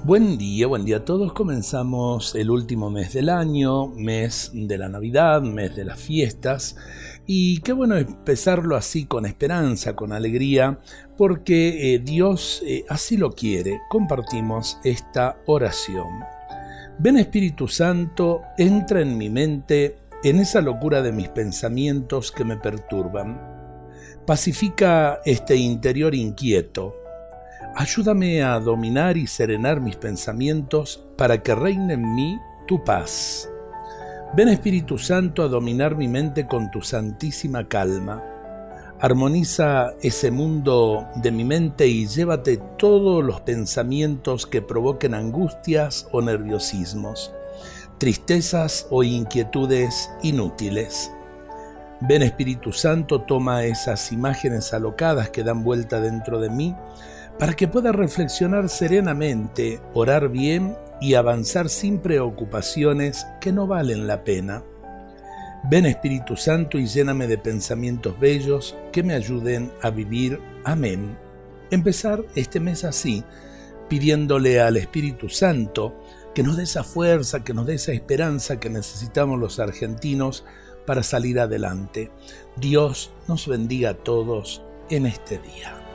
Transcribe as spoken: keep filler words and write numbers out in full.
Buen día, buen día a todos. Comenzamos el último mes del año, mes de la Navidad, mes de las fiestas. Y qué bueno empezarlo así con esperanza, con alegría, porque eh, Dios eh, así lo quiere. Compartimos esta oración. Ven Espíritu Santo, entra en mi mente, en esa locura de mis pensamientos que me perturban. Pacifica este interior inquieto. Ayúdame a dominar y serenar mis pensamientos para que reine en mí tu paz. Ven Espíritu Santo a dominar mi mente con tu santísima calma. Armoniza ese mundo de mi mente y llévate todos los pensamientos que provoquen angustias o nerviosismos, tristezas o inquietudes inútiles. Ven Espíritu Santo, toma esas imágenes alocadas que dan vuelta dentro de mí, para que pueda reflexionar serenamente, orar bien y avanzar sin preocupaciones que no valen la pena. Ven Espíritu Santo y lléname de pensamientos bellos que me ayuden a vivir. Amén. Empezar este mes así, pidiéndole al Espíritu Santo que nos dé esa fuerza, que nos dé esa esperanza que necesitamos los argentinos para salir adelante. Dios nos bendiga a todos en este día.